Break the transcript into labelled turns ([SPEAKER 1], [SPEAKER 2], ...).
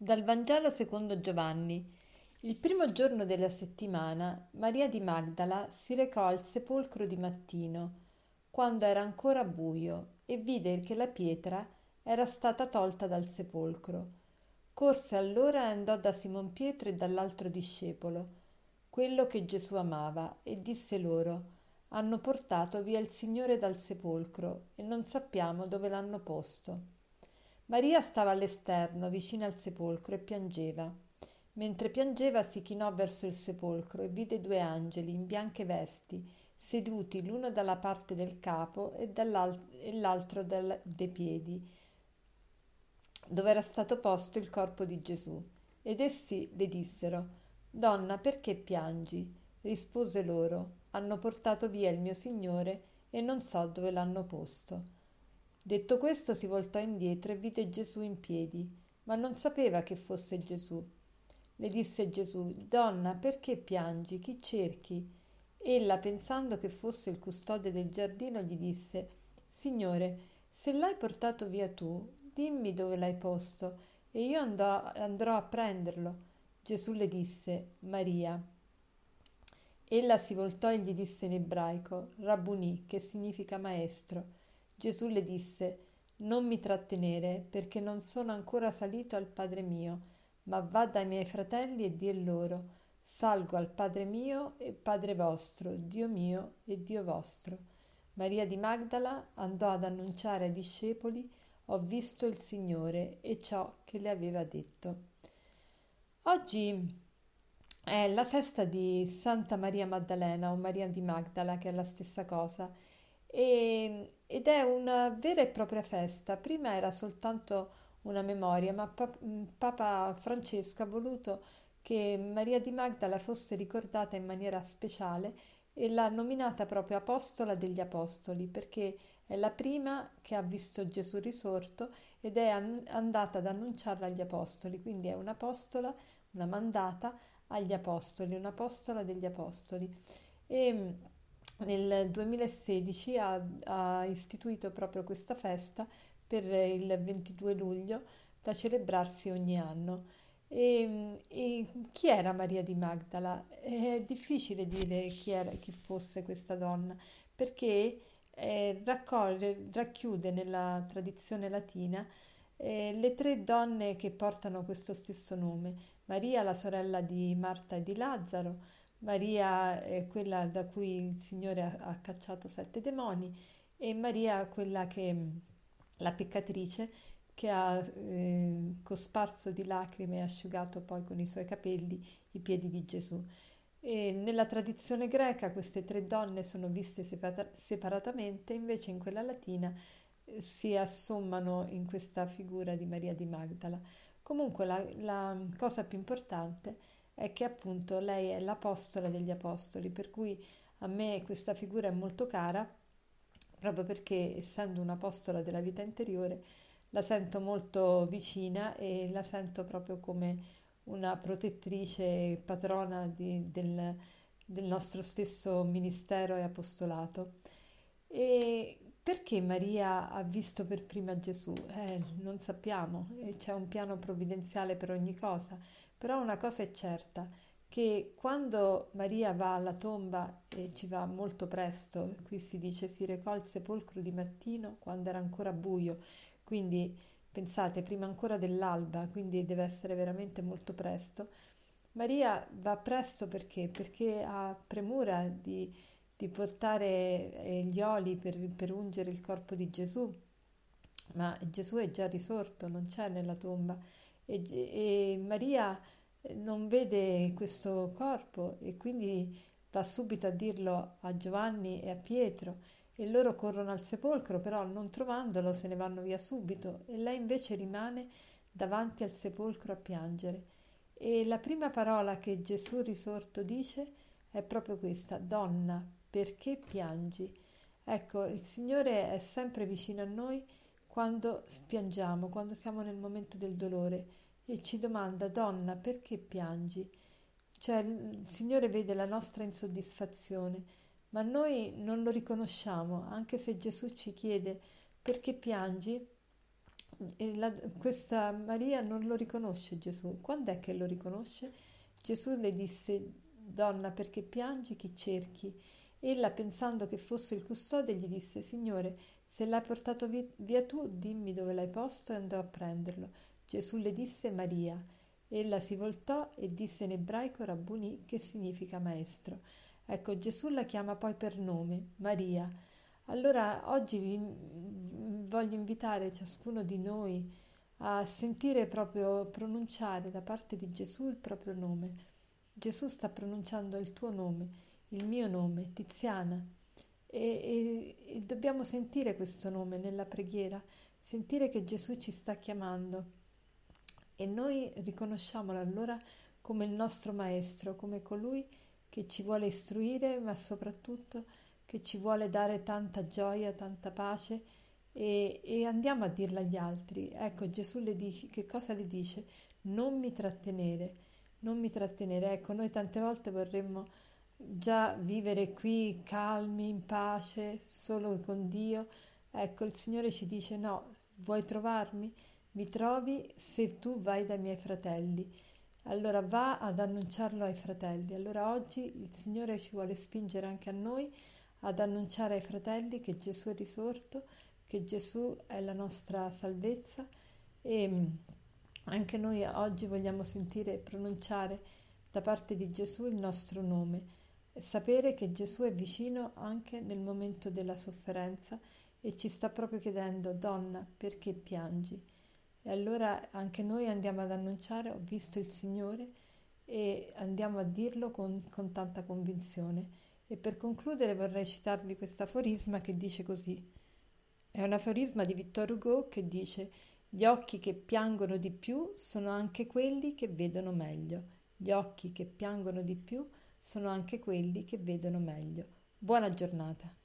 [SPEAKER 1] Dal Vangelo secondo Giovanni. Il primo giorno della settimana, Maria di Magdala si recò al sepolcro di mattino, quando era ancora buio, e vide che la pietra era stata tolta dal sepolcro. Corse allora e andò da Simon Pietro e dall'altro discepolo, quello che Gesù amava, e disse loro: Hanno portato via il Signore dal sepolcro e non sappiamo dove l'hanno posto. Maria stava all'esterno, vicino al sepolcro, e piangeva. Mentre piangeva si chinò verso il sepolcro e vide due angeli in bianche vesti, seduti l'uno dalla parte del capo e l'altro dei piedi, dove era stato posto il corpo di Gesù. Ed essi le dissero: Donna, perché piangi? Rispose loro: Hanno portato via il mio Signore e non so dove l'hanno posto. Detto questo si voltò indietro e vide Gesù in piedi, ma non sapeva che fosse Gesù. Le disse Gesù: Donna, perché piangi? Chi cerchi? Ella, pensando che fosse il custode del giardino, gli disse: Signore, se l'hai portato via tu, dimmi dove l'hai posto, e io andrò a prenderlo. Gesù le disse: Maria. Ella si voltò e gli disse in ebraico: Rabbunì, che significa maestro. Gesù le disse: Non mi trattenere, perché non sono ancora salito al Padre mio, ma va dai miei fratelli e di loro: Salgo al Padre mio e Padre vostro, Dio mio e Dio vostro. Maria di Magdala andò ad annunciare ai discepoli: Ho visto il Signore e ciò che le aveva detto. Oggi è la festa di Santa Maria Maddalena o Maria di Magdala, che è la stessa cosa, ed è una vera e propria festa. Prima era soltanto una memoria, ma Papa Francesco ha voluto che Maria di Magdala fosse ricordata in maniera speciale e l'ha nominata proprio Apostola degli Apostoli, perché è la prima che ha visto Gesù risorto ed è andata ad annunciarla agli Apostoli, quindi è un'apostola, una mandata agli Apostoli, un'apostola degli Apostoli. E nel 2016 ha istituito proprio questa festa per il 22 luglio da celebrarsi ogni anno. E chi era Maria di Magdala? È difficile dire chi fosse questa donna, perché racchiude nella tradizione latina le tre donne che portano questo stesso nome: Maria, la sorella di Marta e di Lazzaro; Maria è quella da cui il Signore ha cacciato sette demoni; e Maria, la peccatrice, che ha cosparso di lacrime e asciugato poi con i suoi capelli i piedi di Gesù. E nella tradizione greca queste tre donne sono viste separatamente, invece in quella latina si assommano in questa figura di Maria di Magdala. Comunque la cosa più importante è che appunto lei è l'apostola degli apostoli, per cui a me questa figura è molto cara, proprio perché essendo un'apostola della vita interiore la sento molto vicina e la sento proprio come una protettrice e patrona del nostro stesso ministero e apostolato. E perché Maria ha visto per prima Gesù? Non sappiamo, e c'è un piano provvidenziale per ogni cosa, però una cosa è certa, che quando Maria va alla tomba, e ci va molto presto, qui si dice si recò al sepolcro di mattino quando era ancora buio, quindi pensate, prima ancora dell'alba, quindi deve essere veramente molto presto. Maria va presto perché? Perché ha premura di portare gli oli per ungere il corpo di Gesù, ma Gesù è già risorto, non c'è nella tomba, e Maria non vede questo corpo e quindi va subito a dirlo a Giovanni e a Pietro, e loro corrono al sepolcro, però non trovandolo se ne vanno via subito, e lei invece rimane davanti al sepolcro a piangere. E la prima parola che Gesù risorto dice è proprio questa: Donna, perché piangi? Ecco, il Signore è sempre vicino a noi quando piangiamo, quando siamo nel momento del dolore, e ci domanda: Donna, perché piangi? Cioè, il Signore vede la nostra insoddisfazione, ma noi non lo riconosciamo, anche se Gesù ci chiede: perché piangi? questa Maria non lo riconosce Gesù. Quando è che lo riconosce? Gesù le disse: Donna, perché piangi? Chi cerchi? Ella, pensando che fosse il custode, gli disse: Signore, se l'hai portato via tu, dimmi dove l'hai posto e andrò a prenderlo. Gesù le disse: Maria. Ella si voltò e disse in ebraico Rabbuni, che significa maestro. Ecco, Gesù la chiama poi per nome, Maria. Allora oggi voglio invitare ciascuno di noi a sentire proprio pronunciare da parte di Gesù il proprio nome. Gesù sta pronunciando il tuo nome, il mio nome, Tiziana, e dobbiamo sentire questo nome nella preghiera, sentire che Gesù ci sta chiamando e noi riconosciamolo allora come il nostro maestro, come colui che ci vuole istruire, ma soprattutto che ci vuole dare tanta gioia, tanta pace e andiamo a dirla agli altri. Ecco, Gesù le dice, che cosa le dice? Non mi trattenere, non mi trattenere. Ecco, noi tante volte vorremmo già vivere qui calmi, in pace, solo con Dio. Ecco, il Signore ci dice no, vuoi trovarmi? Mi trovi se tu vai dai miei fratelli. Allora va ad annunciarlo ai fratelli. Allora oggi il Signore ci vuole spingere anche a noi ad annunciare ai fratelli che Gesù è risorto, che Gesù è la nostra salvezza e anche noi oggi vogliamo sentire e pronunciare da parte di Gesù il nostro nome e sapere che Gesù è vicino anche nel momento della sofferenza e ci sta proprio chiedendo: Donna, perché piangi? E allora anche noi andiamo ad annunciare: ho visto il Signore, e andiamo a dirlo con tanta convinzione. E per concludere vorrei citarvi questo aforisma che dice così. È un aforisma di Victor Hugo che dice: gli occhi che piangono di più sono anche quelli che vedono meglio. Gli occhi che piangono di più sono anche quelli che vedono meglio. Buona giornata.